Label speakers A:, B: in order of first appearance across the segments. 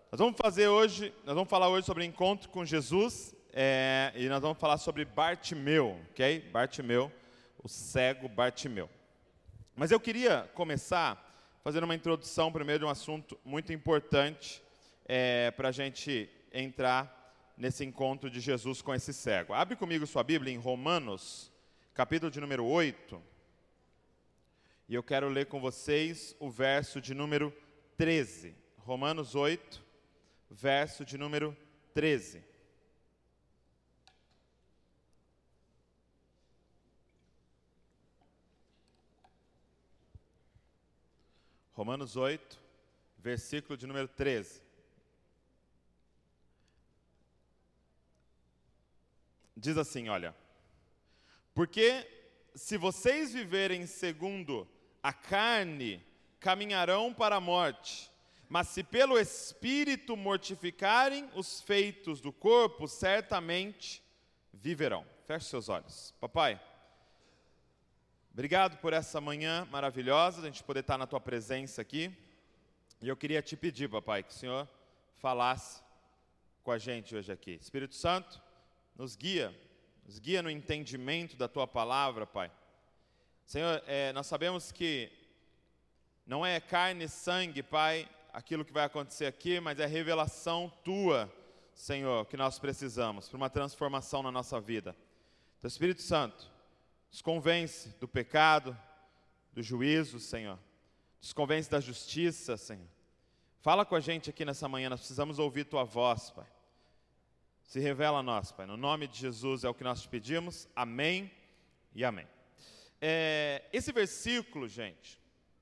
A: Nós vamos falar hoje sobre encontro com Jesus, e nós vamos falar sobre Bartimeu, ok? Bartimeu, o cego Bartimeu. Mas eu queria começar fazendo uma introdução primeiro de um assunto muito importante para a gente entrar nesse encontro de Jesus com esse cego. Abre comigo sua Bíblia em Romanos, capítulo de número 8, e eu quero ler com vocês o verso de número 13. Romanos 8, verso de número 13. Romanos 8, versículo de número 13. Diz assim, olha: porque se vocês viverem segundo a carne, caminharão para a morte, mas se pelo Espírito mortificarem os feitos do corpo, certamente viverão. Feche seus olhos. Papai, obrigado por essa manhã maravilhosa, a gente poder estar na Tua presença aqui. E eu queria te pedir, papai, que o Senhor falasse com a gente hoje aqui. Espírito Santo, nos guia no entendimento da Tua palavra, Pai. Senhor, nós sabemos que não é carne e sangue, Pai, aquilo que vai acontecer aqui, mas é revelação Tua, Senhor, que nós precisamos para uma transformação na nossa vida. Então, Espírito Santo, nos convence do pecado, do juízo, Senhor. Nos convence da justiça, Senhor. Fala com a gente aqui nessa manhã, nós precisamos ouvir Tua voz, Pai. Se revela a nós, Pai. No nome de Jesus é o que nós te pedimos. Amém e amém. Esse versículo, gente,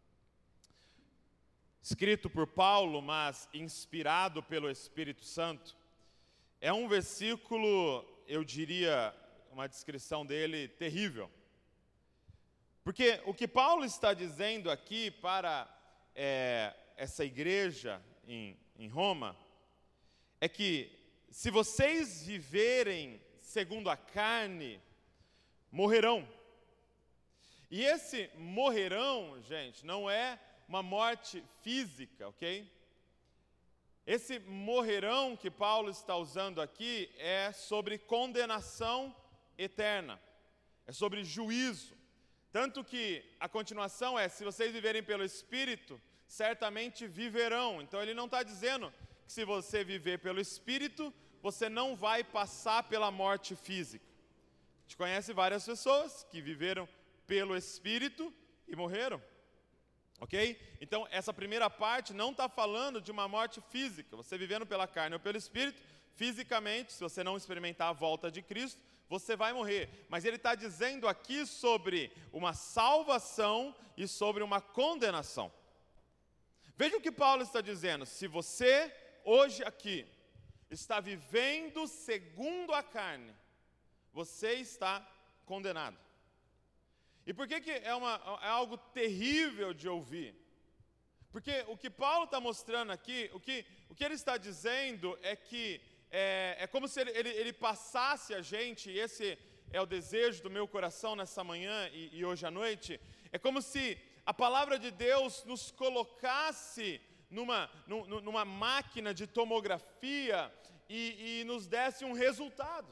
A: escrito por Paulo, mas inspirado pelo Espírito Santo, é um versículo, eu diria, uma descrição dele terrível. Porque o que Paulo está dizendo aqui para essa igreja em Roma é que se vocês viverem segundo a carne, morrerão. E esse morrerão, gente, não é uma morte física, ok? Esse morrerão que Paulo está usando aqui é sobre condenação eterna, é sobre juízo. Tanto que a continuação é: se vocês viverem pelo Espírito, certamente viverão. Então ele não está dizendo que se você viver pelo Espírito, você não vai passar pela morte física. A gente conhece várias pessoas que viveram pelo Espírito e morreram. Ok? Então, essa primeira parte não está falando de uma morte física. Você vivendo pela carne ou pelo Espírito, fisicamente, se você não experimentar a volta de Cristo, você vai morrer. Mas ele está dizendo aqui sobre uma salvação e sobre uma condenação. Veja o que Paulo está dizendo. Se você, hoje aqui, está vivendo segundo a carne, você está condenado. E por que é algo terrível de ouvir? Porque o que Paulo está mostrando aqui, o que ele está dizendo é que é como se ele passasse a gente, e esse é o desejo do meu coração nessa manhã e hoje à noite, é como se a palavra de Deus nos colocasse numa máquina de tomografia e nos desse um resultado.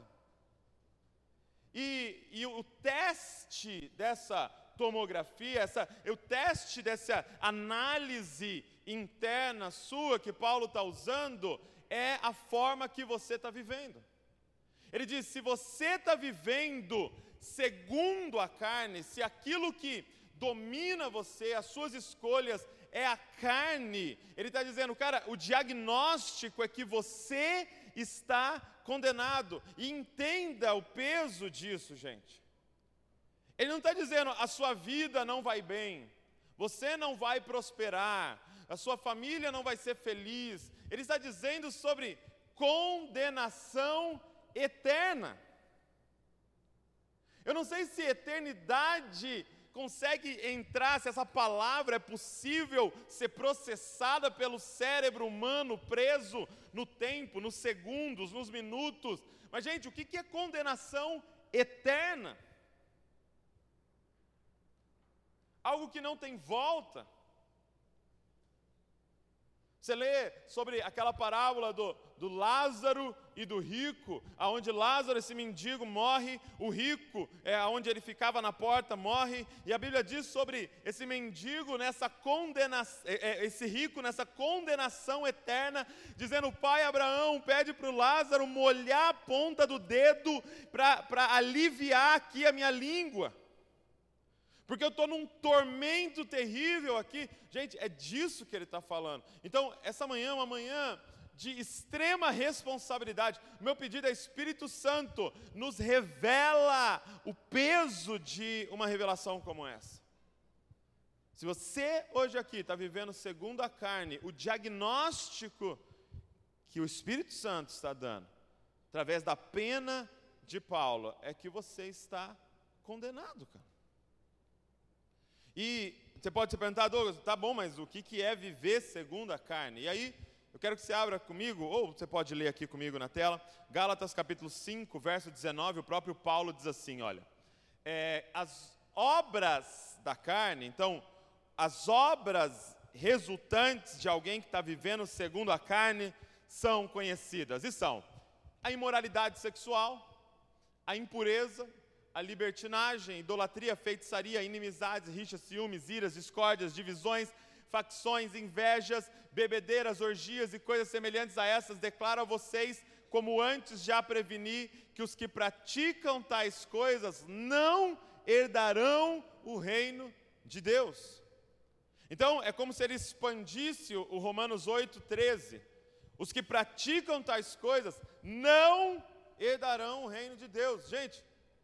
A: E o teste dessa tomografia, o teste dessa análise interna sua que Paulo está usando, é a forma que você está vivendo. Ele diz: se você está vivendo segundo a carne, se aquilo que domina você, as suas escolhas, é a carne, ele está dizendo, cara, o diagnóstico é que você está condenado. E entenda o peso disso, gente. Ele não está dizendo a sua vida não vai bem, você não vai prosperar, a sua família não vai ser feliz. Ele está dizendo sobre condenação eterna. Eu não sei se eternidade consegue entrar, se essa palavra é possível ser processada pelo cérebro humano, preso no tempo, nos segundos, nos minutos. Mas, gente, o que é condenação eterna? Algo que não tem volta. Você lê sobre aquela parábola do Lázaro e do rico, aonde Lázaro, esse mendigo, morre, o rico, onde ele ficava na porta, morre, e a Bíblia diz sobre esse mendigo nessa condenação, esse rico nessa condenação eterna, dizendo: pai Abraão, pede para o Lázaro molhar a ponta do dedo para aliviar aqui a minha língua, porque eu estou num tormento terrível aqui. Gente, é disso que ele está falando. Então, essa manhã é uma manhã de extrema responsabilidade. O meu pedido é: Espírito Santo, nos revela o peso de uma revelação como essa. Se você hoje aqui está vivendo segundo a carne, o diagnóstico que o Espírito Santo está dando, através da pena de Paulo, é que você está condenado, cara. E você pode se perguntar: Douglas, tá bom, mas o que é viver segundo a carne? E aí, eu quero que você abra comigo, ou você pode ler aqui comigo na tela, Gálatas capítulo 5, verso 19, o próprio Paulo diz assim, olha: as obras da carne, então, as obras resultantes de alguém que está vivendo segundo a carne são conhecidas, e são a imoralidade sexual, a impureza, a libertinagem, idolatria, feitiçaria, inimizades, rixas, ciúmes, iras, discórdias, divisões, facções, invejas, bebedeiras, orgias e coisas semelhantes a essas. Declaro a vocês, como antes já preveni, que os que praticam tais coisas não herdarão o reino de Deus. Então, é como se ele expandisse o Romanos 8:13. Os que praticam tais coisas não herdarão o reino de Deus. Gente,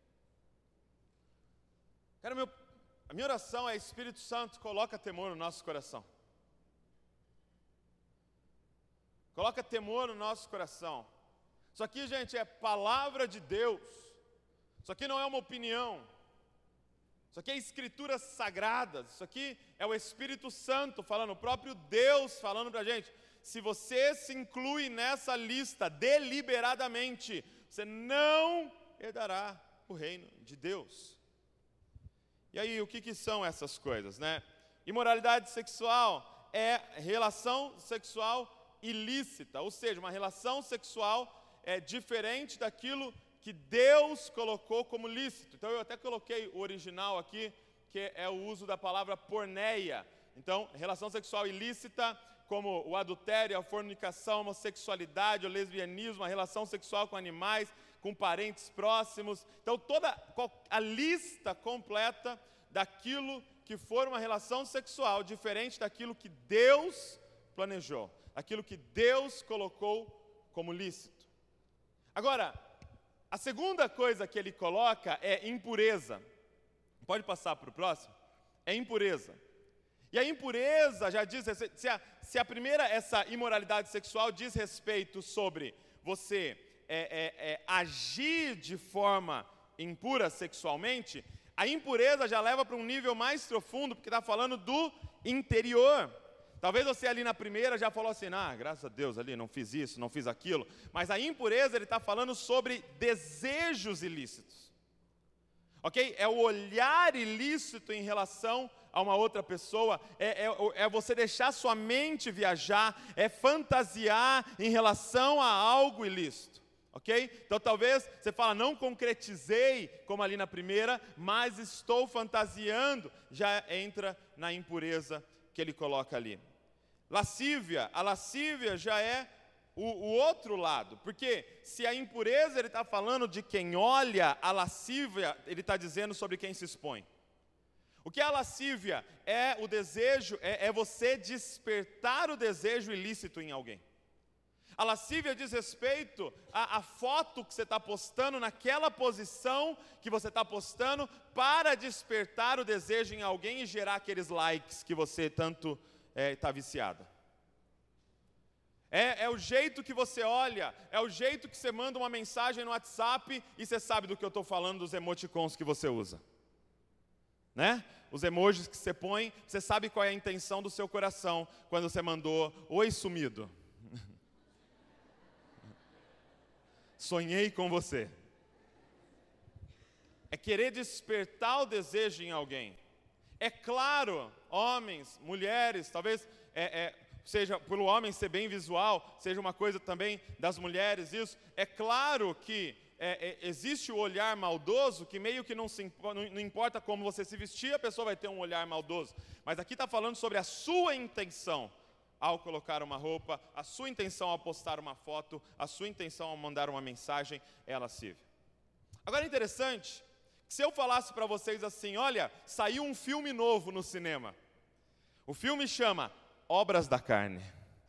A: cara, a minha oração é: Espírito Santo, coloca temor no nosso coração. Coloca temor no nosso coração. Isso aqui, gente, é palavra de Deus. Isso aqui não é uma opinião. Isso aqui é escrituras sagradas. Isso aqui é o Espírito Santo falando, o próprio Deus falando para a gente. Se você se inclui nessa lista deliberadamente, você não herdará o reino de Deus. E aí, o que são essas coisas, né? Imoralidade sexual é relação sexual ilícita, ou seja, uma relação sexual diferente daquilo que Deus colocou como lícito. Então, eu até coloquei o original aqui, que é o uso da palavra porneia. Então, relação sexual ilícita, como o adultério, a fornicação, a homossexualidade, o lesbianismo, a relação sexual com animais, com parentes próximos. Então, toda a lista completa daquilo que for uma relação sexual diferente daquilo que Deus planejou, aquilo que Deus colocou como lícito. Agora, a segunda coisa que ele coloca é impureza. Pode passar para o próximo? É impureza. E a impureza já diz, se a primeira, essa imoralidade sexual, diz respeito sobre você agir de forma impura sexualmente, a impureza já leva para um nível mais profundo, porque está falando do interior. Talvez você ali na primeira já falou assim: graças a Deus ali, não fiz isso, não fiz aquilo. Mas a impureza, ele está falando sobre desejos ilícitos. Ok? É o olhar ilícito em relação a uma outra pessoa, é você deixar sua mente viajar, é fantasiar em relação a algo ilícito. Ok? Então talvez você fala: não concretizei como ali na primeira, mas estou fantasiando. Já entra na impureza que ele coloca ali. Lascívia, a lascívia já é o outro lado, porque se a impureza ele está falando de quem olha, a lascívia ele está dizendo sobre quem se expõe. O que é a lascívia? É o desejo, é você despertar o desejo ilícito em alguém. A lascívia diz respeito à foto que você está postando, naquela posição que você está postando, para despertar o desejo em alguém e gerar aqueles likes que você tanto está viciado. É o jeito que você olha, é o jeito que você manda uma mensagem no WhatsApp e você sabe do que eu estou falando, dos emoticons que você usa. Né? Os emojis que você põe, você sabe qual é a intenção do seu coração quando você mandou: oi sumido. Sonhei com você. É querer despertar o desejo em alguém. É claro, homens, mulheres, talvez seja pelo homem ser bem visual, seja uma coisa também das mulheres, isso. É claro que existe o olhar maldoso, que meio que não importa como você se vestir, a pessoa vai ter um olhar maldoso. Mas aqui está falando sobre a sua intenção ao colocar uma roupa, a sua intenção ao postar uma foto, a sua intenção ao mandar uma mensagem, é lascívia. Agora é interessante, que se eu falasse para vocês assim, olha, saiu um filme novo no cinema. O filme chama Obras da Carne.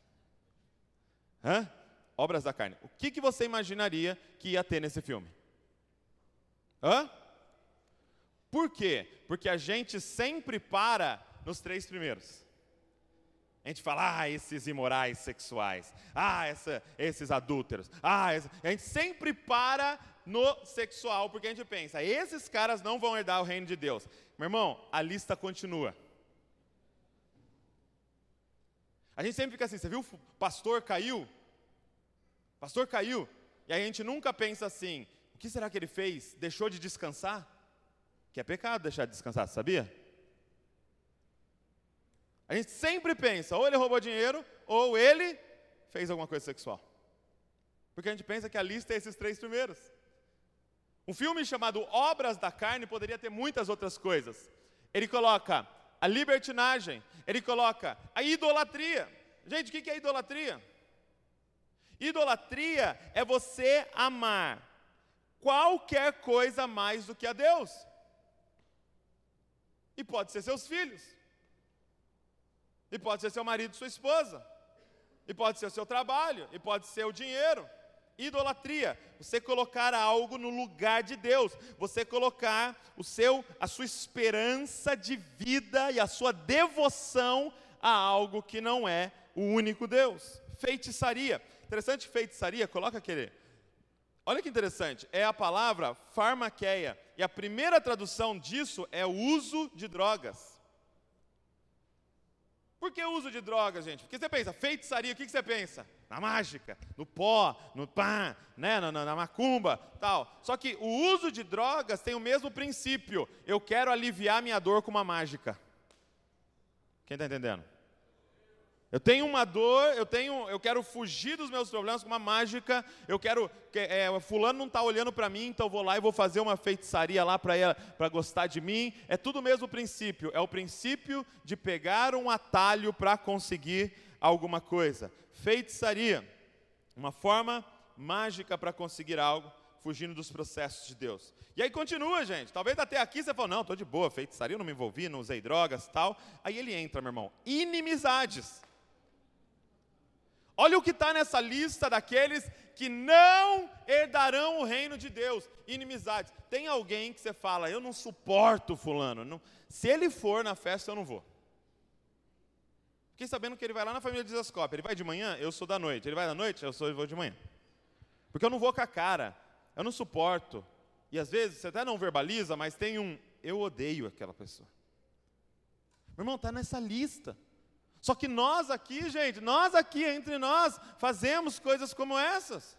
A: Obras da Carne. O que você imaginaria que ia ter nesse filme? Por quê? Porque a gente sempre para nos 3 primeiros. A gente fala, esses imorais sexuais, esses adúlteros, a gente sempre para no sexual, porque a gente pensa, esses caras não vão herdar o reino de Deus. Meu irmão, a lista continua. A gente sempre fica assim, você viu, o pastor caiu, e aí a gente nunca pensa assim, o que será que ele fez? Deixou de descansar? Que é pecado deixar de descansar, sabia? A gente sempre pensa, ou ele roubou dinheiro, ou ele fez alguma coisa sexual. Porque a gente pensa que a lista é esses 3 primeiros. Um filme chamado Obras da Carne poderia ter muitas outras coisas. Ele coloca a libertinagem, ele coloca a idolatria. Gente, o que é idolatria? Idolatria é você amar qualquer coisa mais do que a Deus. E pode ser seus filhos. E pode ser seu marido e sua esposa. E pode ser o seu trabalho. E pode ser o dinheiro. Idolatria, você colocar algo no lugar de Deus. Você colocar a sua esperança de vida e a sua devoção a algo que não é o único Deus. Feitiçaria. Interessante, feitiçaria, coloca aquele. Olha que interessante, é a palavra farmaqueia. E a primeira tradução disso é o uso de drogas. Por que o uso de drogas, gente? Porque você pensa, feitiçaria, o que você pensa? Na mágica, no pó, no pá, né, na macumba, tal. Só que o uso de drogas tem o mesmo princípio. Eu quero aliviar minha dor com uma mágica. Quem está entendendo? Eu tenho uma dor, eu quero fugir dos meus problemas com uma mágica, fulano não está olhando para mim, então eu vou lá e vou fazer uma feitiçaria lá para gostar de mim. É tudo o mesmo princípio, é o princípio de pegar um atalho para conseguir alguma coisa. Feitiçaria, uma forma mágica para conseguir algo, fugindo dos processos de Deus. E aí continua, gente, talvez até aqui você fala, não, estou de boa, feitiçaria, eu não me envolvi, não usei drogas, tal. Aí ele entra, meu irmão, inimizades. Olha o que está nessa lista daqueles que não herdarão o reino de Deus. Inimizades. Tem alguém que você fala, eu não suporto fulano. Não, se ele for na festa, eu não vou. Fiquei sabendo que ele vai lá na família de Zascope. Ele vai de manhã, eu sou da noite. Ele vai da noite, eu vou de manhã. Porque eu não vou com a cara. Eu não suporto. E às vezes, você até não verbaliza, mas tem eu odeio aquela pessoa. Meu irmão, está nessa lista. Só que nós aqui, gente, entre nós, fazemos coisas como essas.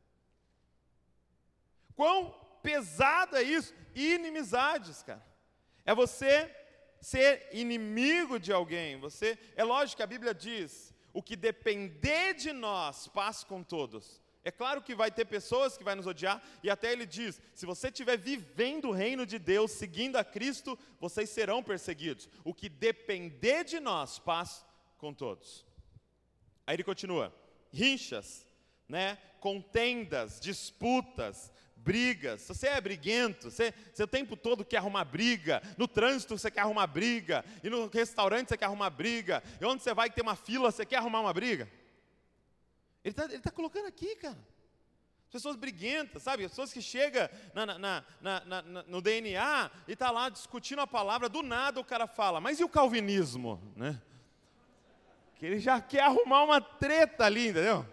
A: Quão pesado é isso? Inimizades, cara. É você ser inimigo de alguém. É lógico que a Bíblia diz, o que depender de nós, paz com todos. É claro que vai ter pessoas que vão nos odiar, e até ele diz, se você estiver vivendo o reino de Deus, seguindo a Cristo, vocês serão perseguidos. O que depender de nós, paz com todos. Aí ele continua, rinchas, né? Contendas, disputas, brigas. Se você é briguento, você o tempo todo quer arrumar briga, no trânsito você quer arrumar briga, e no restaurante você quer arrumar briga, e onde você vai ter uma fila, você quer arrumar uma briga. Ele tá colocando aqui, cara. Pessoas briguentas, sabe? Pessoas que chegam no DNA e está lá discutindo a palavra, do nada o cara fala, mas e o calvinismo, né? Que ele já quer arrumar uma treta ali, entendeu?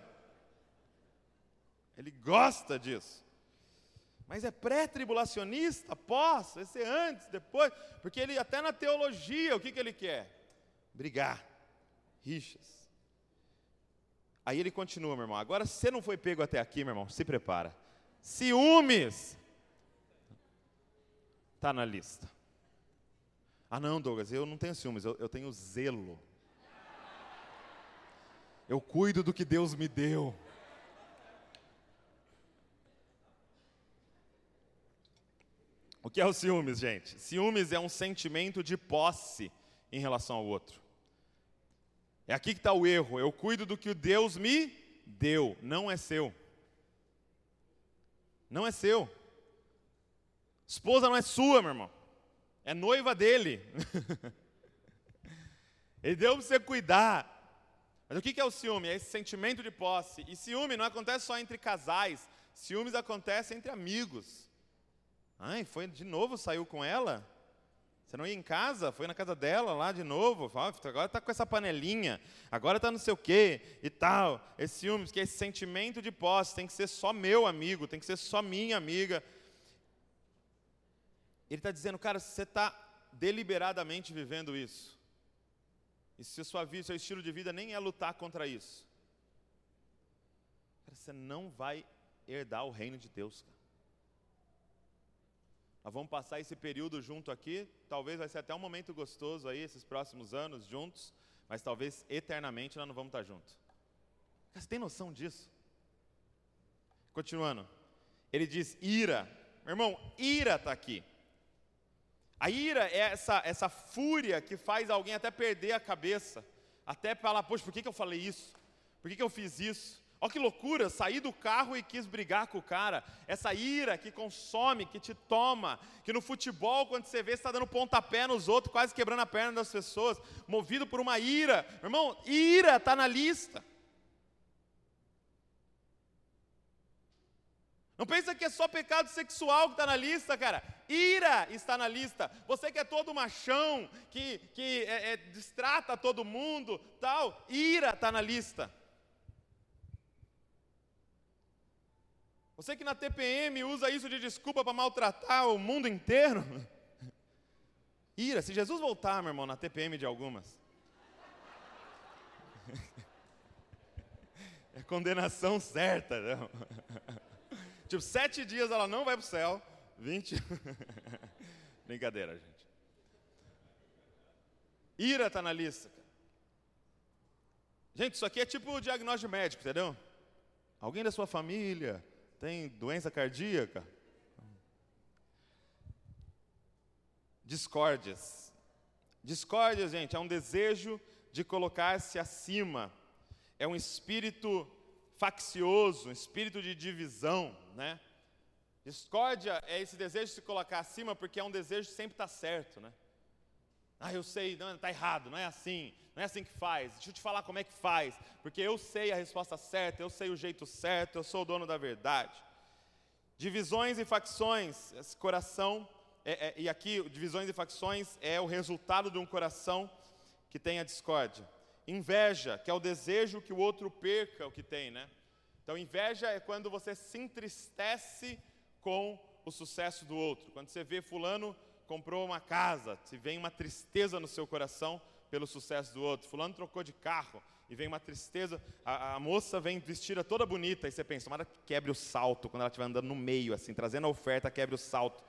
A: Ele gosta disso. Mas é pré-tribulacionista, pós, vai ser antes, depois, porque ele até na teologia, o que ele quer? Brigar, rixas. Aí ele continua, meu irmão, agora se você não foi pego até aqui, meu irmão, se prepara. Ciúmes, está na lista. Ah não, Douglas, eu não tenho ciúmes, eu tenho zelo. Eu cuido do que Deus me deu. O que é o ciúmes, gente? Ciúmes é um sentimento de posse em relação ao outro. É aqui que está o erro. Eu cuido do que Deus me deu, não é seu. Não é seu. Esposa não é sua, meu irmão. É noiva dele. Ele deu para você cuidar. Mas o que é o ciúme? É esse sentimento de posse. E ciúme não acontece só entre casais. Ciúmes acontece entre amigos. Ai, foi de novo, saiu com ela? Você não ia em casa? Foi na casa dela lá de novo? Agora está com essa panelinha. Agora está não sei o quê e tal. Esse ciúmes, que é esse sentimento de posse. Tem que ser só meu amigo. Tem que ser só minha amiga. Ele está dizendo, cara, se você está deliberadamente vivendo isso, e se sua vida, seu estilo de vida nem é lutar contra isso, cara, você não vai herdar o reino de Deus. Cara. Nós vamos passar esse período junto aqui, talvez vai ser até um momento gostoso aí, esses próximos anos juntos, mas talvez eternamente nós não vamos estar juntos. Cara, você tem noção disso? Continuando, ele diz ira. Meu irmão, ira está aqui. A ira é essa fúria que faz alguém até perder a cabeça, até falar, poxa, por que eu falei isso? Por que eu fiz isso? Olha que loucura, saí do carro e quis brigar com o cara. Essa ira que consome, que te toma, que no futebol, quando você vê, você está dando pontapé nos outros, quase quebrando a perna das pessoas, movido por uma ira. Meu irmão, ira está na lista. Não pensa que é só pecado sexual que está na lista, cara. Ira está na lista. Você que é todo machão, que distrata todo mundo, tal, ira está na lista. Você que na TPM usa isso de desculpa para maltratar o mundo inteiro. Ira, se Jesus voltar, meu irmão, na TPM de algumas. É condenação certa, não? Tipo, 7 dias ela não vai para o céu, 20... Brincadeira, gente. Ira está na lista. Gente, isso aqui é tipo o diagnóstico médico, entendeu? Alguém da sua família tem doença cardíaca? Discórdias. Discórdia, gente, é um desejo de colocar-se acima. É um espírito faccioso, um espírito de divisão, né? Discórdia é esse desejo de se colocar acima, porque é um desejo de sempre estar certo, né? Ah, eu sei, não, está errado, não é assim que faz, deixa eu te falar como é que faz, porque eu sei a resposta certa, eu sei o jeito certo, eu sou o dono da verdade. Divisões e facções, esse coração, e aqui, divisões e facções é o resultado de um coração que tem a discórdia. Inveja, que é o desejo que o outro perca o que tem, né? Então, inveja é quando você se entristece com o sucesso do outro. Quando você vê fulano comprou uma casa, se vem uma tristeza no seu coração pelo sucesso do outro. Fulano trocou de carro e vem uma tristeza. A moça vem vestida toda bonita e você pensa, tomara que quebre o salto quando ela estiver andando no meio, assim, trazendo a oferta, quebre o salto.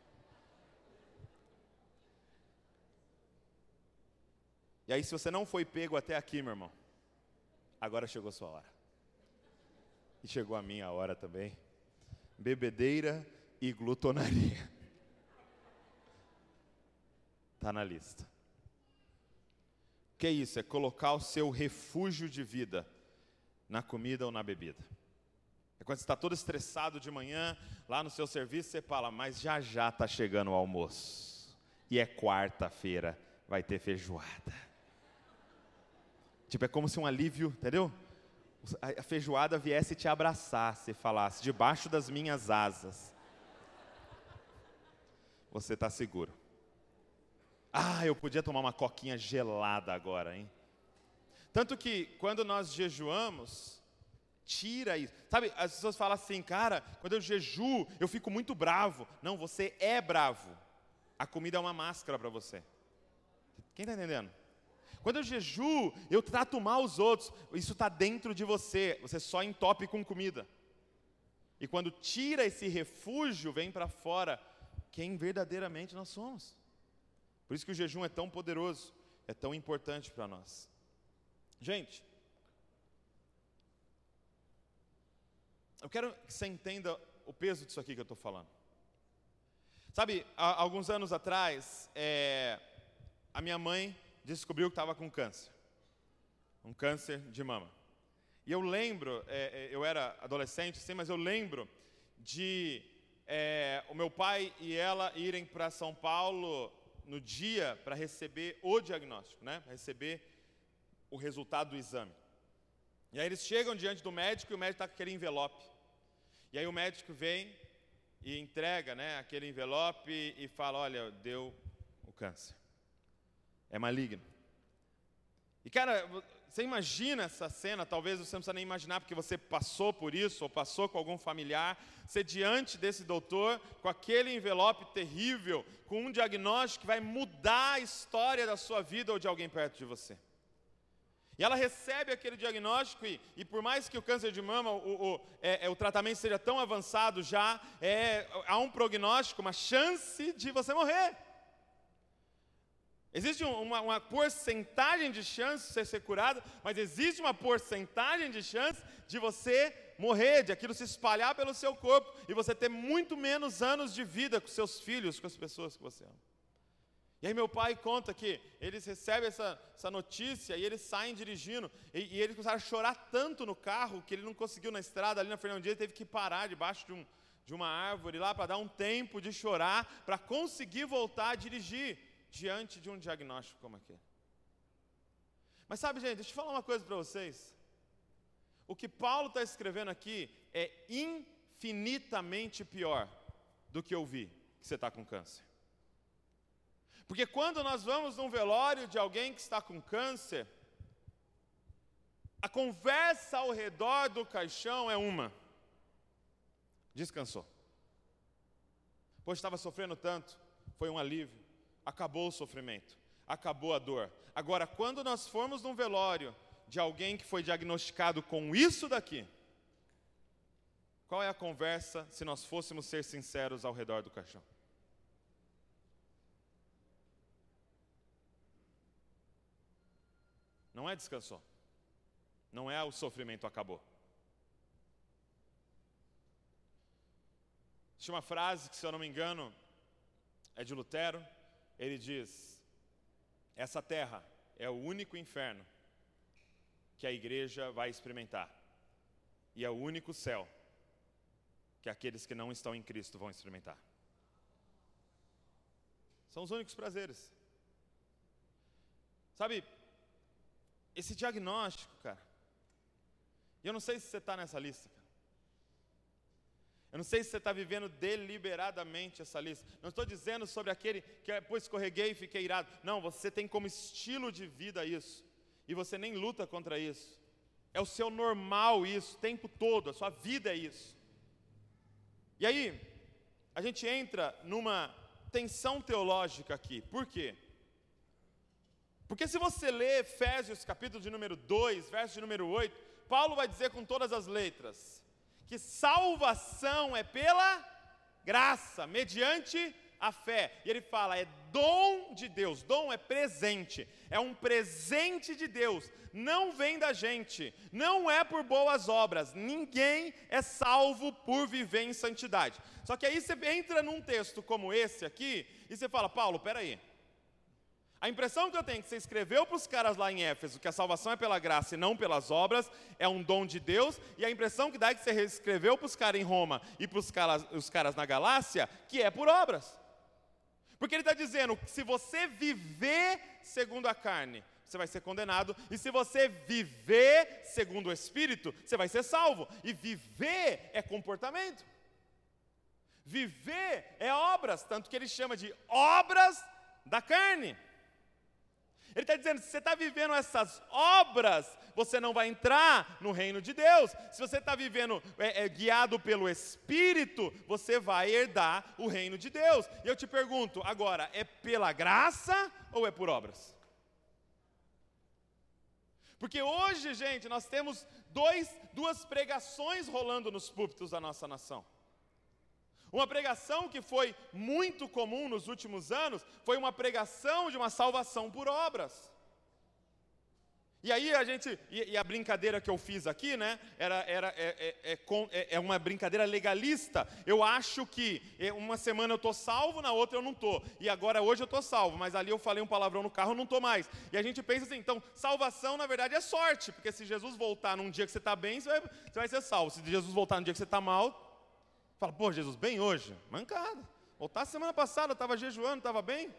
A: E aí, se você não foi pego até aqui, meu irmão, agora chegou a sua hora. E chegou a minha hora também. Bebedeira e glutonaria. Está na lista. O que é isso? É colocar o seu refúgio de vida na comida ou na bebida. É quando você está todo estressado de manhã, lá no seu serviço, você fala, mas já está chegando o almoço. E é quarta-feira, vai ter feijoada. Tipo, é como se um alívio, entendeu? A feijoada viesse te abraçar, se falasse, debaixo das minhas asas. Você está seguro. Ah, eu podia tomar uma coquinha gelada agora, hein? Tanto que, quando nós jejuamos, tira isso. Sabe, as pessoas falam assim, cara, quando eu jejuo, eu fico muito bravo. Não, você é bravo. A comida é uma máscara para você. Quem está entendendo? Quando eu jejuo, eu trato mal os outros. Isso está dentro de você. Você só entope com comida. E quando tira esse refúgio, vem para fora quem verdadeiramente nós somos. Por isso que o jejum é tão poderoso, é tão importante para nós. Gente, eu quero que você entenda o peso disso aqui que eu estou falando. Sabe, há alguns anos atrás, a minha mãe descobriu que estava com câncer. Um câncer de mama. E eu lembro, eu era adolescente, sim, mas eu lembro de o meu pai e ela irem para São Paulo no dia para receber o diagnóstico, né? Para receber o resultado do exame. E aí eles chegam diante do médico e o médico está com aquele envelope. E aí o médico vem e entrega, né, aquele envelope e fala, olha, deu o câncer. É maligno. E cara, você imagina essa cena, talvez você não precisa nem imaginar, porque você passou por isso, ou passou com algum familiar, você diante desse doutor, com aquele envelope terrível, com um diagnóstico que vai mudar a história da sua vida ou de alguém perto de você. E ela recebe aquele diagnóstico e por mais que o câncer de mama, o tratamento seja tão avançado já, há um prognóstico, uma chance de você morrer. Existe uma porcentagem de chance de você ser curado, mas existe uma porcentagem de chance de você morrer, de aquilo se espalhar pelo seu corpo e você ter muito menos anos de vida com seus filhos, com as pessoas que você ama. E aí meu pai conta que eles recebem essa notícia e eles saem dirigindo. E eles começaram a chorar tanto no carro que ele não conseguiu na estrada, ali na Fernão Dias, ele teve que parar debaixo de uma árvore lá para dar um tempo de chorar, para conseguir voltar a dirigir diante de um diagnóstico como aquele. Mas sabe, gente, deixa eu falar uma coisa para vocês. O que Paulo está escrevendo aqui é infinitamente pior do que ouvir que você está com câncer. Porque quando nós vamos num velório de alguém que está com câncer, a conversa ao redor do caixão é uma: descansou. Pois estava sofrendo tanto, foi um alívio, acabou o sofrimento, acabou a dor. Agora, quando nós formos num velório de alguém que foi diagnosticado com isso daqui, qual é a conversa se nós fôssemos ser sinceros ao redor do caixão? Não é descansou. Não é o sofrimento acabou. Existe uma frase que, se eu não me engano, é de Lutero. Ele diz: essa terra é o único inferno que a igreja vai experimentar. E é o único céu que aqueles que não estão em Cristo vão experimentar. São os únicos prazeres. Sabe, esse diagnóstico, cara, e eu não sei se você está nessa lista, cara. Eu não sei se você está vivendo deliberadamente essa lista. Não estou dizendo sobre aquele que depois escorreguei e fiquei irado. Não, você tem como estilo de vida isso. E você nem luta contra isso. É o seu normal isso, o tempo todo, a sua vida é isso. E aí, a gente entra numa tensão teológica aqui. Por quê? Porque se você ler Efésios capítulo de número 2, verso de número 8, Paulo vai dizer com todas as letras que salvação é pela graça, mediante a fé. E ele fala, é dom de Deus. Dom é presente, é um presente de Deus. Não vem da gente, não é por boas obras. Ninguém é salvo por viver em santidade. Só que aí você entra num texto como esse aqui e você fala, Paulo, peraí. A impressão que eu tenho que você escreveu para os caras lá em Éfeso, que a salvação é pela graça e não pelas obras, é um dom de Deus, e a impressão que dá é que você escreveu para os caras em Roma e para os caras na Galácia, que é por obras. Porque ele está dizendo que se você viver segundo a carne, você vai ser condenado, e se você viver segundo o Espírito, você vai ser salvo. E viver é comportamento. Viver é obras, tanto que ele chama de obras da carne. Ele está dizendo, se você está vivendo essas obras, você não vai entrar no reino de Deus. Se você está vivendo guiado pelo Espírito, você vai herdar o reino de Deus. E eu te pergunto, agora, é pela graça ou é por obras? Porque hoje, gente, nós temos duas pregações rolando nos púlpitos da nossa nação. Uma pregação que foi muito comum nos últimos anos foi uma pregação de uma salvação por obras. E aí a brincadeira que eu fiz aqui, né, é uma brincadeira legalista. Eu acho que uma semana eu estou salvo, na outra eu não estou. E agora hoje eu estou salvo, mas ali eu falei um palavrão no carro, eu não estou mais. E a gente pensa assim, então, salvação na verdade é sorte, porque se Jesus voltar num dia que você está bem, você vai ser salvo. Se Jesus voltar num dia que você está mal, fala, pô, Jesus, bem hoje? Mancada. Voltar semana passada, eu estava jejuando, estava bem.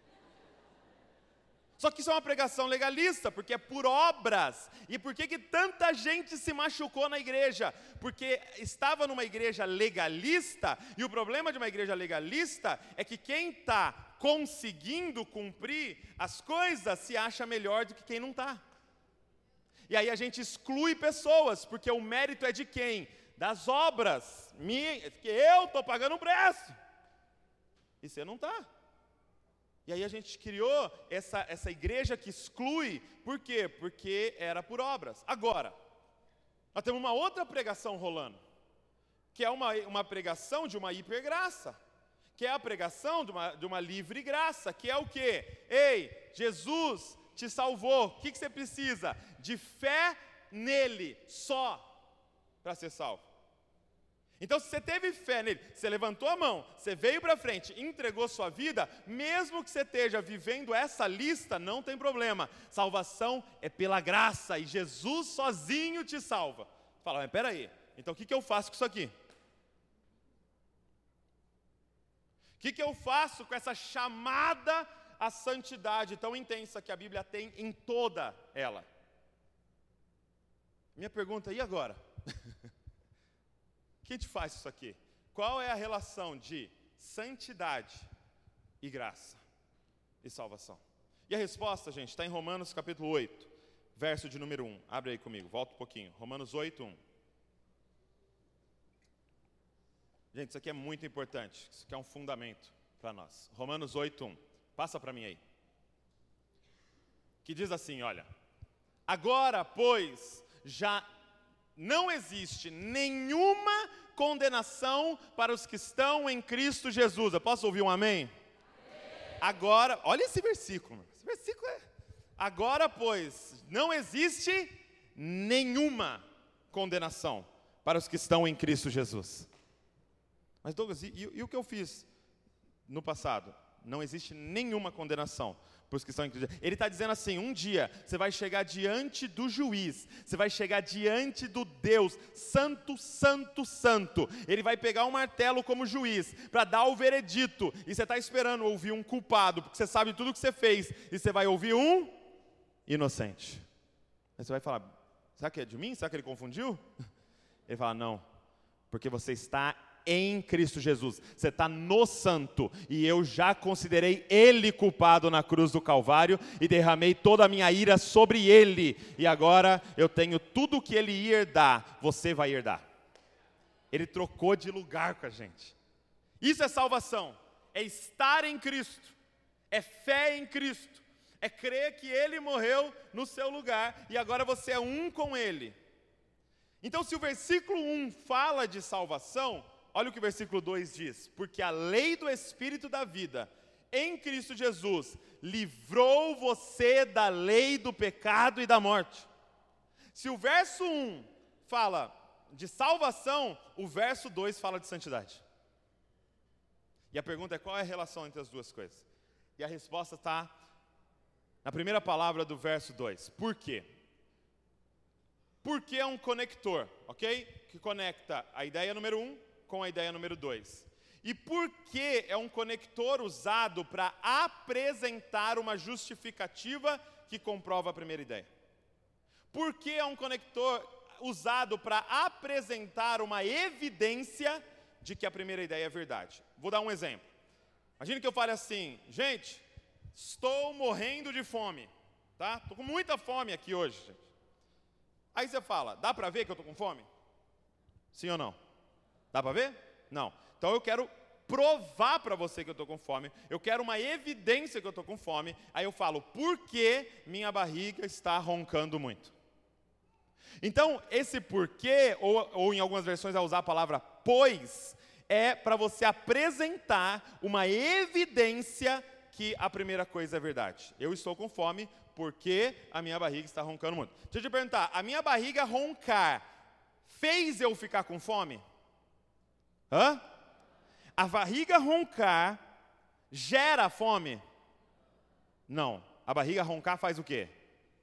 A: Só que isso é uma pregação legalista, porque é por obras. E por que tanta gente se machucou na igreja? Porque estava numa igreja legalista, e o problema de uma igreja legalista é que quem está conseguindo cumprir as coisas se acha melhor do que quem não está. E aí a gente exclui pessoas, porque o mérito é de quem? Das obras. Que eu estou pagando um preço. E você não está. E aí a gente criou essa igreja que exclui, por quê? Porque era por obras. Agora, nós temos uma outra pregação rolando, que é uma pregação de uma hipergraça, que é a pregação de uma livre graça, que é o quê? Ei, Jesus te salvou, o que você precisa? De fé nele, só, para ser salvo. Então, se você teve fé nele, você levantou a mão, você veio para frente, entregou sua vida, mesmo que você esteja vivendo essa lista, não tem problema. Salvação é pela graça e Jesus sozinho te salva. Fala, mas peraí, então o que eu faço com isso aqui? O que eu faço com essa chamada à santidade tão intensa que a Bíblia tem em toda ela? Minha pergunta, e agora? O que a gente faz isso aqui? Qual é a relação de santidade e graça e salvação? E a resposta, gente, está em Romanos capítulo 8, verso de número 1. Abre aí comigo, volta um pouquinho. Romanos 8, 1. Gente, isso aqui é muito importante. Isso aqui é um fundamento para nós. Romanos 8, 1. Passa para mim aí. Que diz assim, olha. Agora, pois, já não existe nenhuma condenação para os que estão em Cristo Jesus. Eu posso ouvir um amém? Amém. Agora, olha esse versículo. Esse versículo é... Agora, pois, não existe nenhuma condenação para os que estão em Cristo Jesus. Mas Douglas, e o que eu fiz no passado? Não existe nenhuma condenação para os que estão em Cristo. Ele está dizendo assim, um dia você vai chegar diante do juiz, você vai chegar diante do Deus santo, santo, santo. Ele vai pegar um martelo como juiz para dar o veredito, e você está esperando ouvir um culpado, porque você sabe tudo o que você fez, e você vai ouvir um inocente. Aí você vai falar, será que é de mim? Será que ele confundiu? Ele fala, não, porque você está em Cristo Jesus, você está no santo, e eu já considerei ele culpado na cruz do Calvário, e derramei toda a minha ira sobre ele, e agora eu tenho tudo o que ele ia herdar, você vai herdar. Ele trocou de lugar com a gente. Isso é salvação, é estar em Cristo, é fé em Cristo, é crer que ele morreu no seu lugar, e agora você é um com ele. Então, se o versículo 1 fala de salvação, olha o que o versículo 2 diz, porque a lei do Espírito da vida, em Cristo Jesus, livrou você da lei do pecado e da morte. Se o verso 1 fala de salvação, o verso 2 fala de santidade. E a pergunta é, qual é a relação entre as duas coisas? E a resposta está na primeira palavra do verso 2. Por quê? Porque é um conector, ok? Que conecta a ideia número 1 com a ideia número 2. E por que é um conector usado para apresentar uma justificativa que comprova a primeira ideia? Por que é um conector usado para apresentar uma evidência de que a primeira ideia é verdade? Vou dar um exemplo. Imagine que eu fale assim, gente, estou morrendo de fome, tá? Estou com muita fome aqui hoje, gente. Aí você fala, dá para ver que eu estou com fome? Sim ou não? Dá para ver? Não. Então eu quero provar para você que eu estou com fome, eu quero uma evidência que eu estou com fome, aí eu falo, por que minha barriga está roncando muito? Então, esse porquê, ou em algumas versões vai usar a palavra pois, é para você apresentar uma evidência que a primeira coisa é verdade. Eu estou com fome porque a minha barriga está roncando muito. Deixa eu te perguntar, a minha barriga roncar fez eu ficar com fome? Hã? A barriga roncar gera fome? Não. A barriga roncar faz o quê?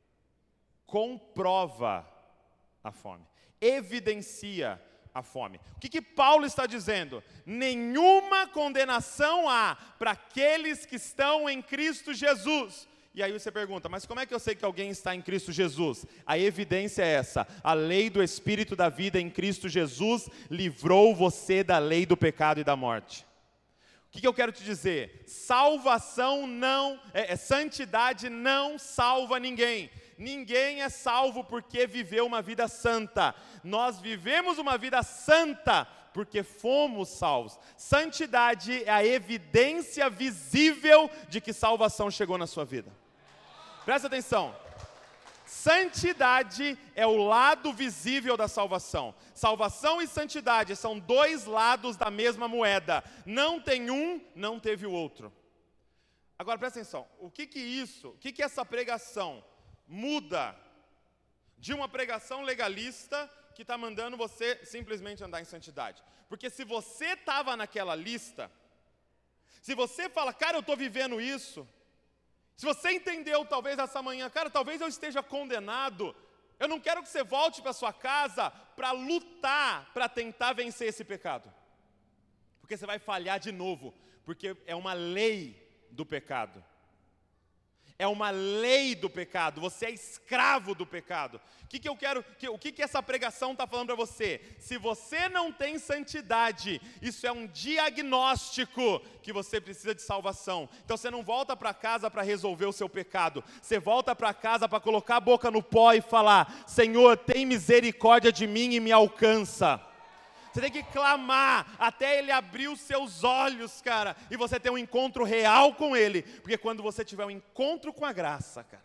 A: Comprova a fome. Evidencia a fome. O que Paulo está dizendo? Nenhuma condenação há para aqueles que estão em Cristo Jesus. E aí você pergunta, mas como é que eu sei que alguém está em Cristo Jesus? A evidência é essa: a lei do Espírito da vida em Cristo Jesus livrou você da lei do pecado e da morte. O que eu quero te dizer? Salvação não, santidade não salva ninguém. Ninguém é salvo porque viveu uma vida santa. Nós vivemos uma vida santa porque fomos salvos. Santidade é a evidência visível de que salvação chegou na sua vida. Presta atenção. Santidade é o lado visível da salvação. Salvação e santidade são dois lados da mesma moeda. Não tem um, não teve o outro. Agora presta atenção. O que essa pregação muda de uma pregação legalista que está mandando você simplesmente andar em santidade? Porque se você estava naquela lista, se você fala, cara, eu estou vivendo isso, se você entendeu talvez essa manhã, cara, talvez eu esteja condenado, eu não quero que você volte para sua casa para lutar, para tentar vencer esse pecado. Porque você vai falhar de novo, porque é uma lei do pecado. É uma lei do pecado, você é escravo do pecado. O que essa pregação está falando para você? Se você não tem santidade, isso é um diagnóstico que você precisa de salvação. Então você não volta para casa para resolver o seu pecado, você volta para casa para colocar a boca no pó e falar, Senhor, tem misericórdia de mim e me alcança. Você tem que clamar até Ele abrir os seus olhos, cara, e você ter um encontro real com Ele, porque quando você tiver um encontro com a graça, cara,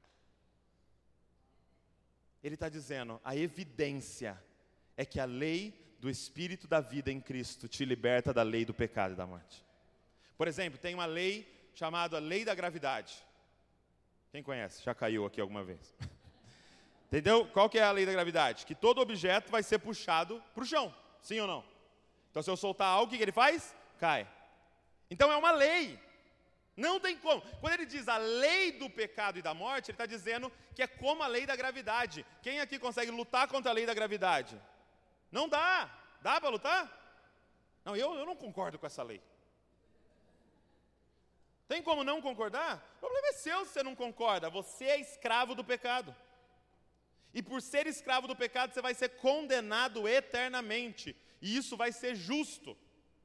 A: Ele está dizendo, a evidência é que a lei do Espírito da vida em Cristo te liberta da lei do pecado e da morte. Por exemplo, tem uma lei chamada lei da gravidade. Quem conhece? Já caiu aqui alguma vez? Entendeu? Qual que é a lei da gravidade? Que todo objeto vai ser puxado para o chão. Sim ou não? Então se eu soltar algo, o que ele faz? Cai. Então é uma lei. Não tem como. Quando ele diz a lei do pecado e da morte, ele está dizendo que é como a lei da gravidade. Quem aqui consegue lutar contra a lei da gravidade? Não dá. Dá para lutar? Não, eu não concordo com essa lei. Tem como não concordar? O problema é seu se você não concorda. Você é escravo do pecado. E por ser escravo do pecado, você vai ser condenado eternamente. E isso vai ser justo.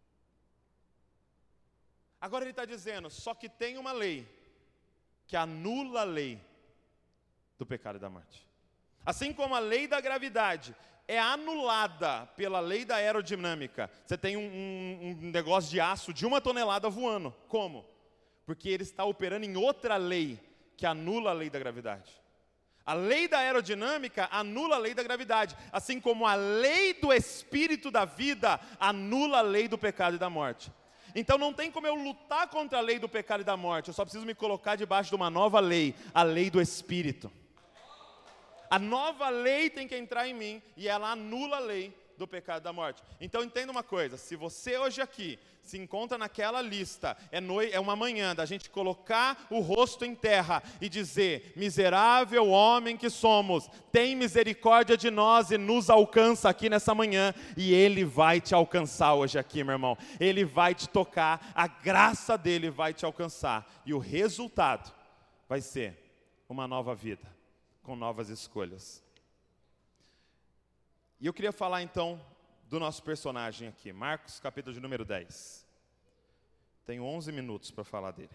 A: Agora ele está dizendo, só que tem uma lei que anula a lei do pecado e da morte. Assim como a lei da gravidade é anulada pela lei da aerodinâmica. Você tem um negócio de aço de 1 tonelada voando. Como? Porque ele está operando em outra lei que anula a lei da gravidade. A lei da aerodinâmica anula a lei da gravidade, assim como a lei do Espírito da vida anula a lei do pecado e da morte. Então não tem como eu lutar contra a lei do pecado e da morte, eu só preciso me colocar debaixo de uma nova lei, a lei do Espírito. A nova lei tem que entrar em mim e ela anula a lei do pecado e da morte. Então entenda uma coisa, se você hoje aqui se encontra naquela lista, é uma manhã da gente colocar o rosto em terra e dizer, miserável homem que somos, tem misericórdia de nós e nos alcança aqui nessa manhã, e Ele vai te alcançar hoje aqui, meu irmão. Ele vai te tocar, a graça dEle vai te alcançar, e o resultado vai ser uma nova vida, com novas escolhas. E eu queria falar então do nosso personagem aqui, Marcos capítulo de número 10. Tenho 11 minutos para falar dele.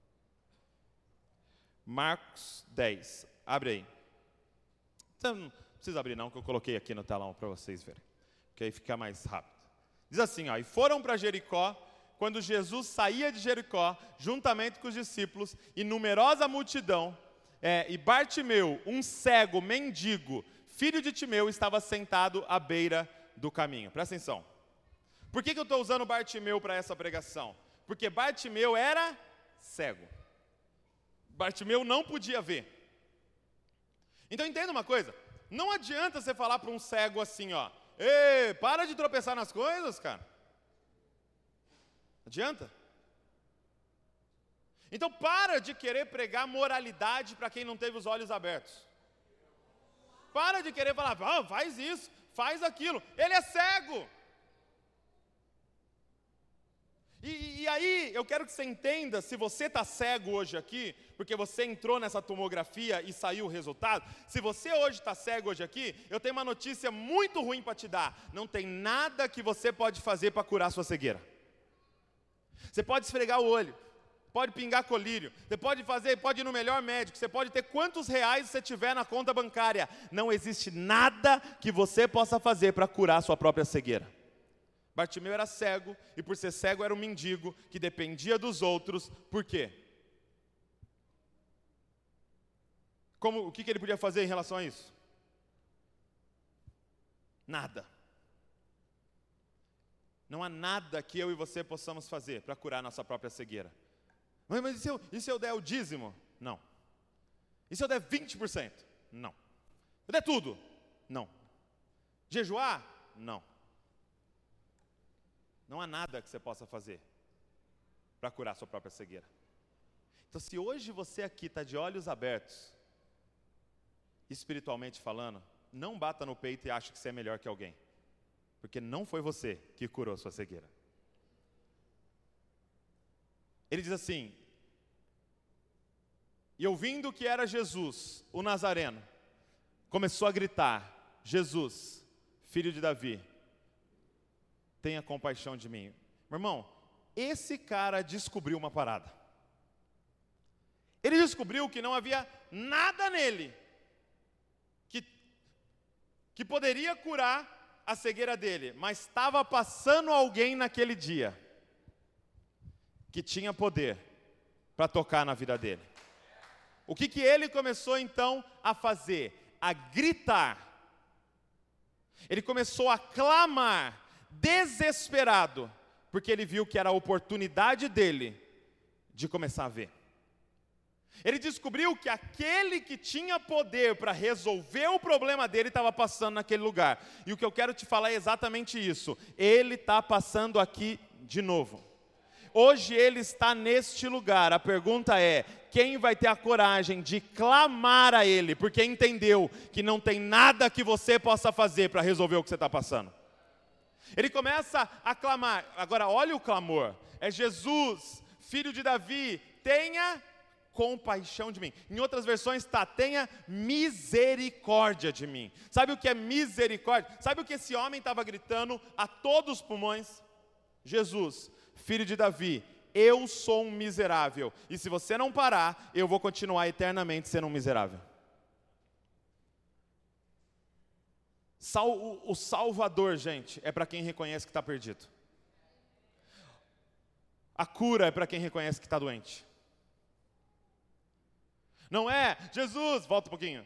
A: Marcos 10, abre aí. Então, não precisa abrir não, que eu coloquei aqui no telão para vocês verem, que aí fica mais rápido. Diz assim, ó, e foram para Jericó, quando Jesus saía de Jericó, juntamente com os discípulos, e numerosa multidão, e Bartimeu, um cego, mendigo, filho de Timeu, estava sentado à beira do caminho. Presta atenção. Por que eu estou usando Bartimeu para essa pregação? Porque Bartimeu era cego. Bartimeu não podia ver. Então entenda uma coisa, não adianta você falar para um cego assim, ó, ei, para de tropeçar nas coisas, cara. Adianta? Então para de querer pregar moralidade para quem não teve os olhos abertos. Para de querer falar, faz isso, faz aquilo. Ele é cego. E aí, eu quero que você entenda, se você está cego hoje aqui, porque você entrou nessa tomografia e saiu o resultado, se você hoje está cego hoje aqui, eu tenho uma notícia muito ruim para te dar. Não tem nada que você pode fazer para curar sua cegueira. Você pode esfregar o olho, pode pingar colírio, você pode ir no melhor médico, você pode ter quantos reais você tiver na conta bancária. Não existe nada que você possa fazer para curar sua própria cegueira. Bartimeu era cego, e por ser cego era um mendigo que dependia dos outros. Por quê? O que ele podia fazer em relação a isso? Nada. Não há nada que eu e você possamos fazer para curar nossa própria cegueira. Mas e se eu der o dízimo? Não. E se eu der 20%? Não. Se eu der tudo? Não. Jejuar? Não. Não há nada que você possa fazer para curar sua própria cegueira. Então, se hoje você aqui está de olhos abertos, espiritualmente falando, não bata no peito e ache que você é melhor que alguém, porque não foi você que curou sua cegueira. Ele diz assim: e ouvindo que era Jesus, o Nazareno, começou a gritar: Jesus, filho de Davi, tenha compaixão de mim. Meu irmão, esse cara descobriu uma parada. Ele descobriu que não havia nada nele que poderia curar a cegueira dele, mas estava passando alguém naquele dia que tinha poder para tocar na vida dele. O que ele começou então a fazer? A gritar. Ele começou a clamar, desesperado, porque ele viu que era a oportunidade dele de começar a ver. Ele descobriu que aquele que tinha poder para resolver o problema dele estava passando naquele lugar. E o que eu quero te falar é exatamente isso. Ele está passando aqui de novo. Hoje ele está neste lugar. A pergunta é: quem vai ter a coragem de clamar a ele? Porque entendeu que não tem nada que você possa fazer para resolver o que você está passando. Ele começa a clamar. Agora olha o clamor. É Jesus, filho de Davi, tenha compaixão de mim. Em outras versões está: tenha misericórdia de mim. Sabe o que é misericórdia? Sabe o que esse homem estava gritando a todos os pulmões? Jesus, filho de Davi, eu sou um miserável, e se você não parar, eu vou continuar eternamente sendo um miserável. O Salvador, gente, é para quem reconhece que está perdido. A cura é para quem reconhece que está doente. Não é, Jesus, volta um pouquinho.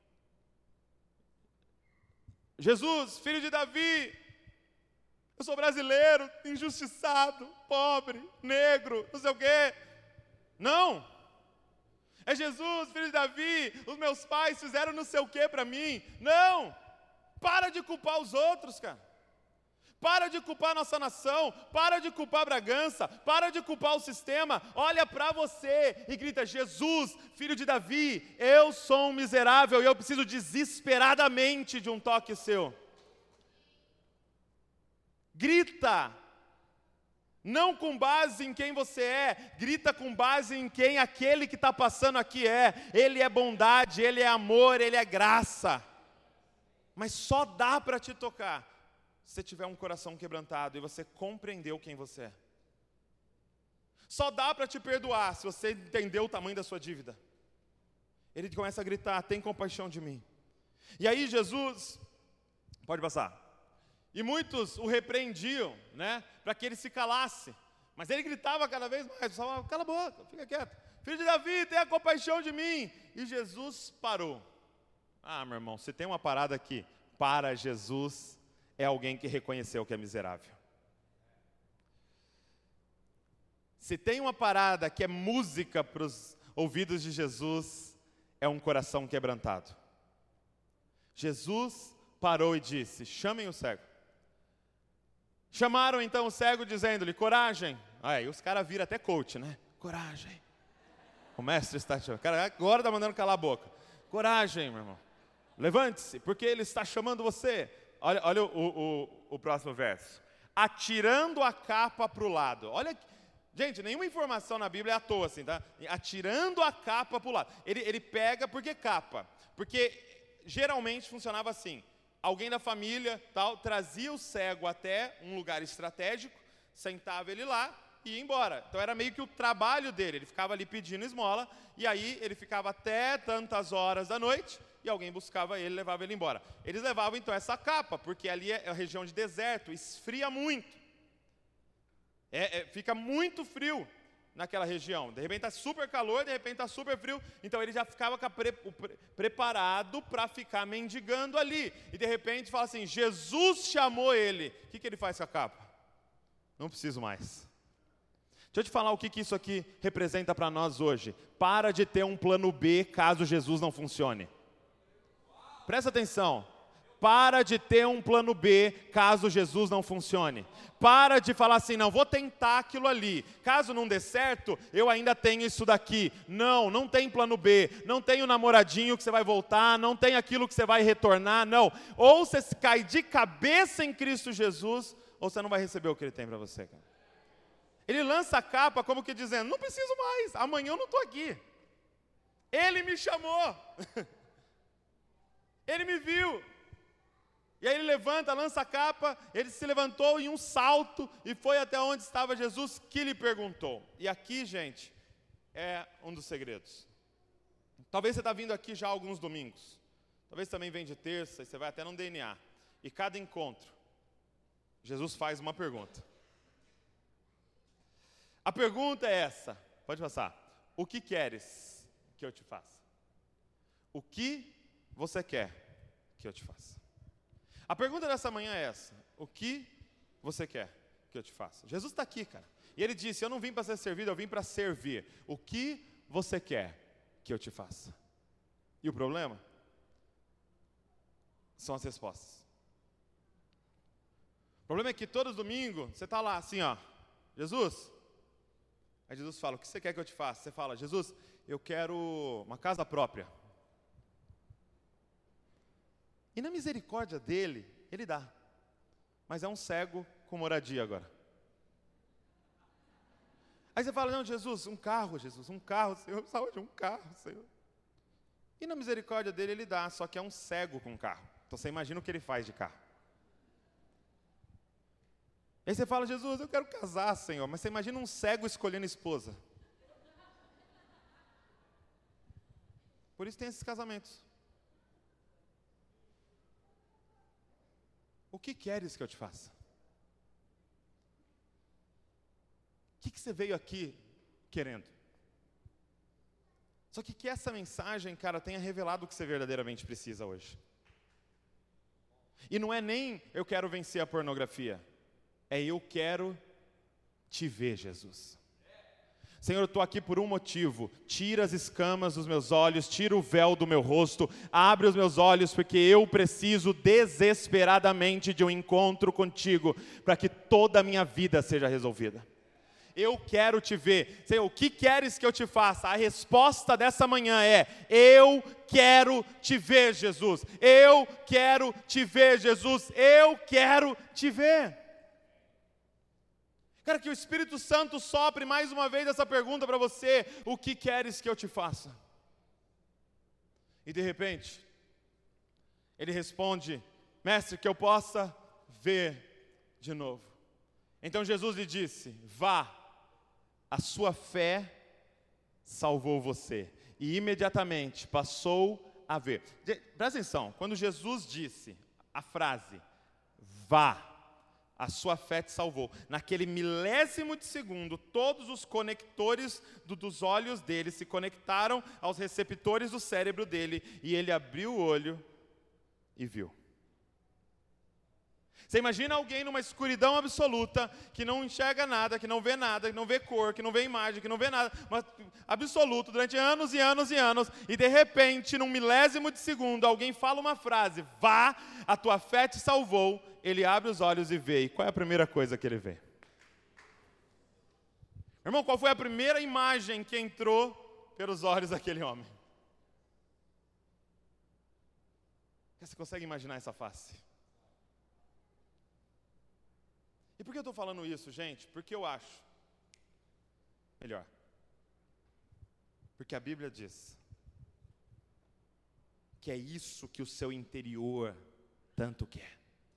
A: Jesus, filho de Davi, eu sou brasileiro, injustiçado, pobre, negro, não sei o quê. Não. É Jesus, filho de Davi, os meus pais fizeram não sei o quê para mim. Não. Para de culpar os outros, cara. Para de culpar a nossa nação, para de culpar Bragança, para de culpar o sistema. Olha para você e grita: Jesus, filho de Davi, eu sou um miserável e eu preciso desesperadamente de um toque seu. Grita, não com base em quem você é, grita com base em quem aquele que está passando aqui é. Ele é bondade, ele é amor, ele é graça. Mas só dá para te tocar se você tiver um coração quebrantado e você compreendeu quem você é. Só dá para te perdoar se você entendeu o tamanho da sua dívida. Ele começa a gritar: tem compaixão de mim. E aí Jesus, pode passar. E muitos o repreendiam, né, para que ele se calasse. Mas ele gritava cada vez mais: falava, cala a boca, fica quieto. Filho de Davi, tenha compaixão de mim. E Jesus parou. Ah, meu irmão, se tem uma parada aqui, para Jesus, é alguém que reconheceu que é miserável. Se tem uma parada que é música para ouvidos de Jesus é um coração quebrantado. Jesus parou e disse: chamem o cego. Chamaram então o cego dizendo-lhe: coragem. Aí os caras viram até coach, né? Coragem. O mestre está chamando. O cara agora está mandando calar a boca. Coragem, meu irmão. Levante-se, porque ele está chamando você. Olha o próximo verso. Atirando a capa para o lado. Olha, gente, nenhuma informação na Bíblia é à toa, assim, tá? Atirando a capa para o lado. Ele pega, por que capa? Porque geralmente funcionava assim. Alguém da família, tal, trazia o cego até um lugar estratégico, sentava ele lá e ia embora. Então era meio que o trabalho dele. Ele ficava ali pedindo esmola, e aí ele ficava até tantas horas da noite, e alguém buscava ele e levava ele embora. Eles levavam então essa capa, porque ali é a região de deserto, esfria muito. Fica muito frio naquela região. De repente está super calor, de repente está super frio. Então ele já ficava preparado para ficar mendigando ali. E de repente fala assim: Jesus chamou ele. O que ele faz com a capa? Não preciso mais. Deixa eu te falar o que isso aqui representa para nós hoje. Para de ter um plano B caso Jesus não funcione. Presta atenção. Para de ter um plano B caso Jesus não funcione. Para de falar assim: não, vou tentar aquilo ali. Caso não dê certo, eu ainda tenho isso daqui. Não tem plano B. Não tem o namoradinho que você vai voltar. Não tem aquilo que você vai retornar. Não. Ou você cai de cabeça em Cristo Jesus, ou você não vai receber o que Ele tem para você, cara. Ele lança a capa como que dizendo: não preciso mais, amanhã eu não estou aqui. Ele me chamou. Ele me viu. E aí ele levanta, lança a capa, ele se levantou em um salto e foi até onde estava Jesus, que lhe perguntou. E aqui, gente, é um dos segredos. Talvez você está vindo aqui já há alguns domingos. Talvez também vem de terça e você vai até no DNA. E cada encontro, Jesus faz uma pergunta. A pergunta é essa, pode passar. O que queres que eu te faça? O que você quer que eu te faça? A pergunta dessa manhã é essa: o que você quer que eu te faça? Jesus está aqui, cara. E ele disse: eu não vim para ser servido, eu vim para servir. O que você quer que eu te faça? E o problema são as respostas. O problema é que todo domingo você está lá assim, ó: Jesus. Aí Jesus fala: o que você quer que eu te faça? Você fala: Jesus, eu quero uma casa própria. E na misericórdia dele, ele dá. Mas é um cego com moradia agora. Aí você fala: não, Jesus, um carro, Senhor, saúde, um carro, Senhor. E na misericórdia dele, ele dá, só que é um cego com carro. Então você imagina o que ele faz de carro. Aí você fala: Jesus, eu quero casar, Senhor. Mas você imagina um cego escolhendo esposa. Por isso tem esses casamentos. O que queres que eu te faça? O que você veio aqui querendo? Só que essa mensagem, cara, tenha revelado o que você verdadeiramente precisa hoje. E não é nem eu quero vencer a pornografia. É eu quero te ver, Jesus. Senhor, eu estou aqui por um motivo. Tira as escamas dos meus olhos, tira o véu do meu rosto, abre os meus olhos, porque eu preciso desesperadamente de um encontro contigo, para que toda a minha vida seja resolvida. Eu quero te ver. Senhor, o que queres que eu te faça? A resposta dessa manhã é: eu quero te ver, Jesus. Eu quero te ver, Jesus. Eu quero te ver. Cara, que o Espírito Santo sopre mais uma vez essa pergunta para você: o que queres que eu te faça? E de repente, ele responde: mestre, que eu possa ver de novo. Então Jesus lhe disse: vá, a sua fé salvou você. E imediatamente passou a ver. Presta atenção, quando Jesus disse a frase, vá, a sua fé te salvou, naquele milésimo de segundo, todos os conectores dos olhos dele se conectaram aos receptores do cérebro dele, e ele abriu o olho e viu. Você imagina alguém numa escuridão absoluta, que não enxerga nada, que não vê cor, que não vê imagem, que não vê nada, mas absoluto, durante anos e anos e anos, e de repente, num milésimo de segundo, alguém fala uma frase: vá, a tua fé te salvou. Ele abre os olhos e vê. E qual é a primeira coisa que ele vê? Irmão, qual foi a primeira imagem que entrou pelos olhos daquele homem? Você consegue imaginar essa face? E por que eu estou falando isso, gente? Porque eu acho melhor. Porque a Bíblia diz que é isso que o seu interior tanto quer.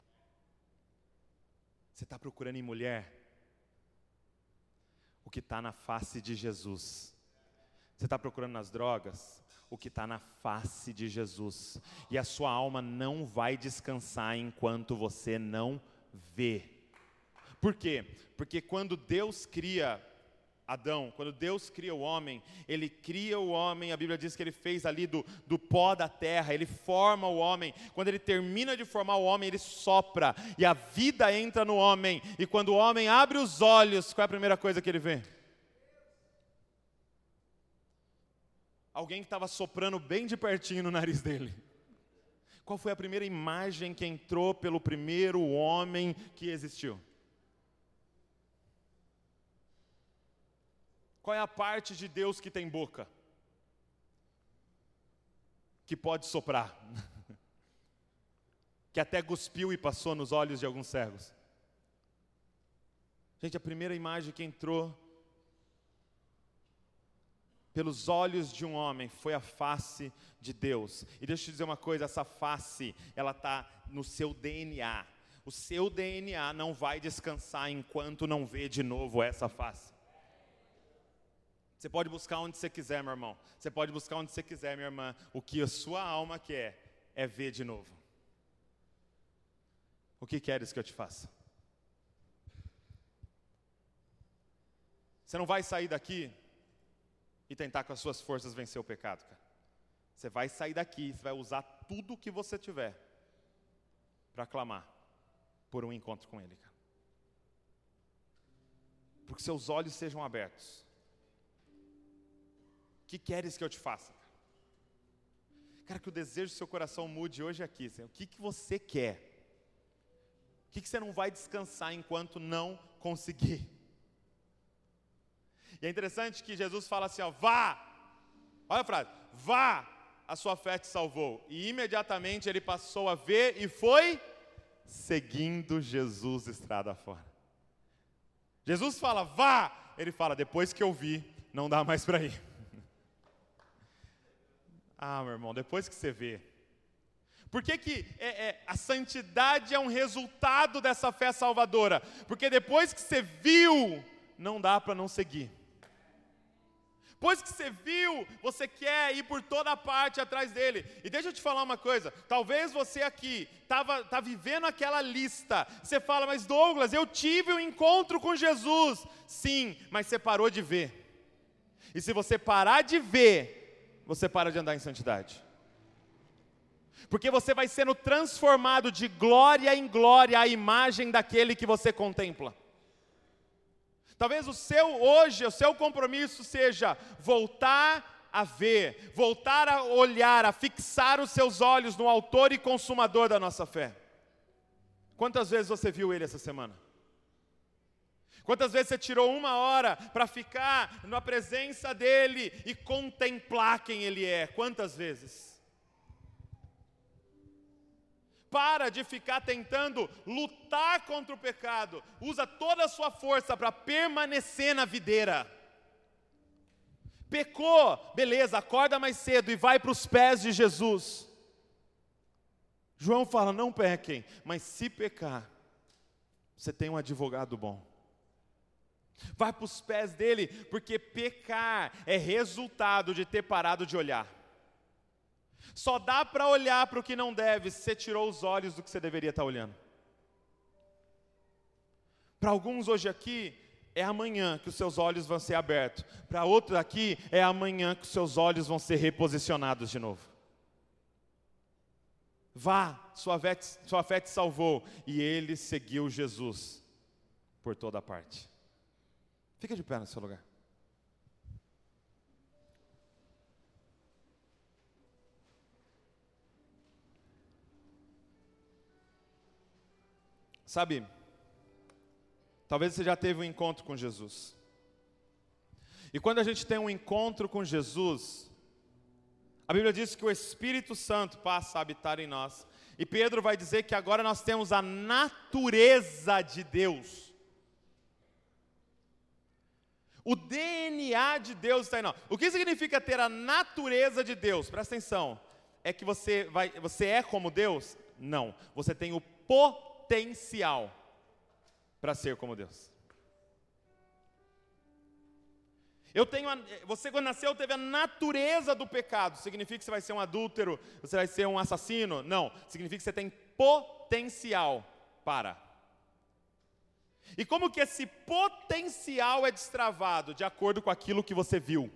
A: Você está procurando em mulher o que está na face de Jesus. Você está procurando nas drogas o que está na face de Jesus. E a sua alma não vai descansar enquanto você não vê. Por quê? Porque quando Deus cria Adão, quando Deus cria o homem, Ele cria o homem, a Bíblia diz que Ele fez ali do pó da terra, Ele forma o homem. Quando Ele termina de formar o homem, Ele sopra, e a vida entra no homem. E quando o homem abre os olhos, qual é a primeira coisa que ele vê? Alguém que estava soprando bem de pertinho no nariz dele. Qual foi a primeira imagem que entrou pelo primeiro homem que existiu? Qual é a parte de Deus que tem boca? Que pode soprar. Que até cuspiu e passou nos olhos de alguns cegos. Gente, a primeira imagem que entrou pelos olhos de um homem foi a face de Deus. E deixa eu te dizer uma coisa, essa face, ela está no seu DNA. O seu DNA não vai descansar enquanto não vê de novo essa face. Você pode buscar onde você quiser, meu irmão. Você pode buscar onde você quiser, minha irmã. O que a sua alma quer é ver de novo. O que queres que eu te faça? Você não vai sair daqui e tentar com as suas forças vencer o pecado, cara. Você vai sair daqui, você vai usar tudo o que você tiver para clamar por um encontro com Ele, cara. Porque seus olhos sejam abertos. O que queres que eu te faça? Cara, que o desejo do seu coração mude hoje aqui, Senhor. O que você quer? O que você não vai descansar enquanto não conseguir? E é interessante que Jesus fala assim, ó, vá, olha a frase, vá, a sua fé te salvou. E imediatamente ele passou a ver e foi seguindo Jesus estrada fora. Jesus fala, vá, ele fala, depois que eu vi, não dá mais para ir. Ah, meu irmão, depois que você vê. Por que a santidade é um resultado dessa fé salvadora? Porque depois que você viu, não dá para não seguir. Depois que você viu, você quer ir por toda parte atrás dele. E deixa eu te falar uma coisa, talvez você aqui tá vivendo aquela lista. Você fala, mas Douglas, eu tive um encontro com Jesus. Sim, mas você parou de ver. E se você parar de ver, você para de andar em santidade. Porque você vai sendo transformado de glória em glória à imagem daquele que você contempla. Talvez o seu compromisso seja voltar a ver, voltar a olhar, a fixar os seus olhos no autor e consumador da nossa fé. Quantas vezes você viu ele essa semana? Quantas vezes você tirou 1 hora para ficar na presença dele e contemplar quem ele é? Quantas vezes? Para de ficar tentando lutar contra o pecado. Usa toda a sua força para permanecer na videira. Pecou, beleza, acorda mais cedo e vai para os pés de Jesus. João fala, não pequem, mas se pecar, você tem um advogado bom. Vai para os pés dele, porque pecar é resultado de ter parado de olhar. Só dá para olhar para o que não deve se você tirou os olhos do que você deveria estar olhando. Para alguns hoje aqui, é amanhã que os seus olhos vão ser abertos. Para outros aqui, é amanhã que os seus olhos vão ser reposicionados de novo. Vá, sua fé te salvou. E ele seguiu Jesus por toda parte. Fica de pé no seu lugar. Sabe, talvez você já teve um encontro com Jesus. E quando a gente tem um encontro com Jesus, a Bíblia diz que o Espírito Santo passa a habitar em nós. E Pedro vai dizer que agora nós temos a natureza de Deus. O DNA de Deus está em nós. O que significa ter a natureza de Deus? Presta atenção. É que você é como Deus? Não. Você tem o potencial para ser como Deus. Você quando nasceu teve a natureza do pecado. Significa que você vai ser um adúltero, você vai ser um assassino? Não, significa que você tem potencial para. E como que esse potencial é destravado? De acordo com aquilo que você viu.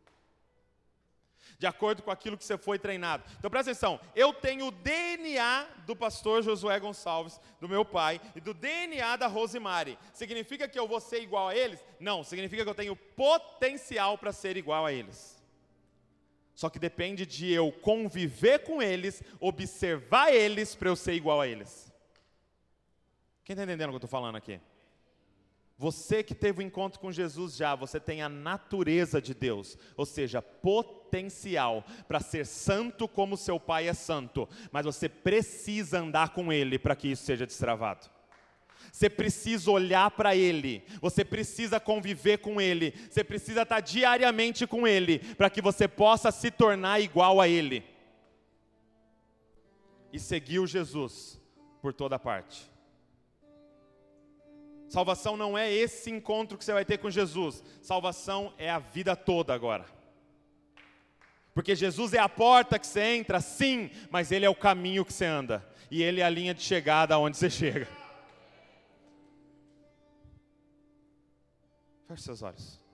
A: De acordo com aquilo que você foi treinado. Então presta atenção, eu tenho o DNA do pastor Josué Gonçalves, do meu pai, e do DNA da Rosemary. Significa que eu vou ser igual a eles? Não, significa que eu tenho potencial para ser igual a eles. Só que depende de eu conviver com eles, observar eles para eu ser igual a eles. Quem está entendendo o que eu estou falando aqui? Você que teve um encontro com Jesus já, você tem a natureza de Deus, ou seja, potencial para ser santo como seu Pai é santo, mas você precisa andar com Ele para que isso seja destravado. Você precisa olhar para Ele, você precisa conviver com Ele, você precisa estar diariamente com Ele, para que você possa se tornar igual a Ele. E seguir o Jesus por toda parte. Salvação não é esse encontro que você vai ter com Jesus. Salvação é a vida toda agora. Porque Jesus é a porta que você entra, sim, mas Ele é o caminho que você anda. E Ele é a linha de chegada aonde você chega. Feche seus olhos.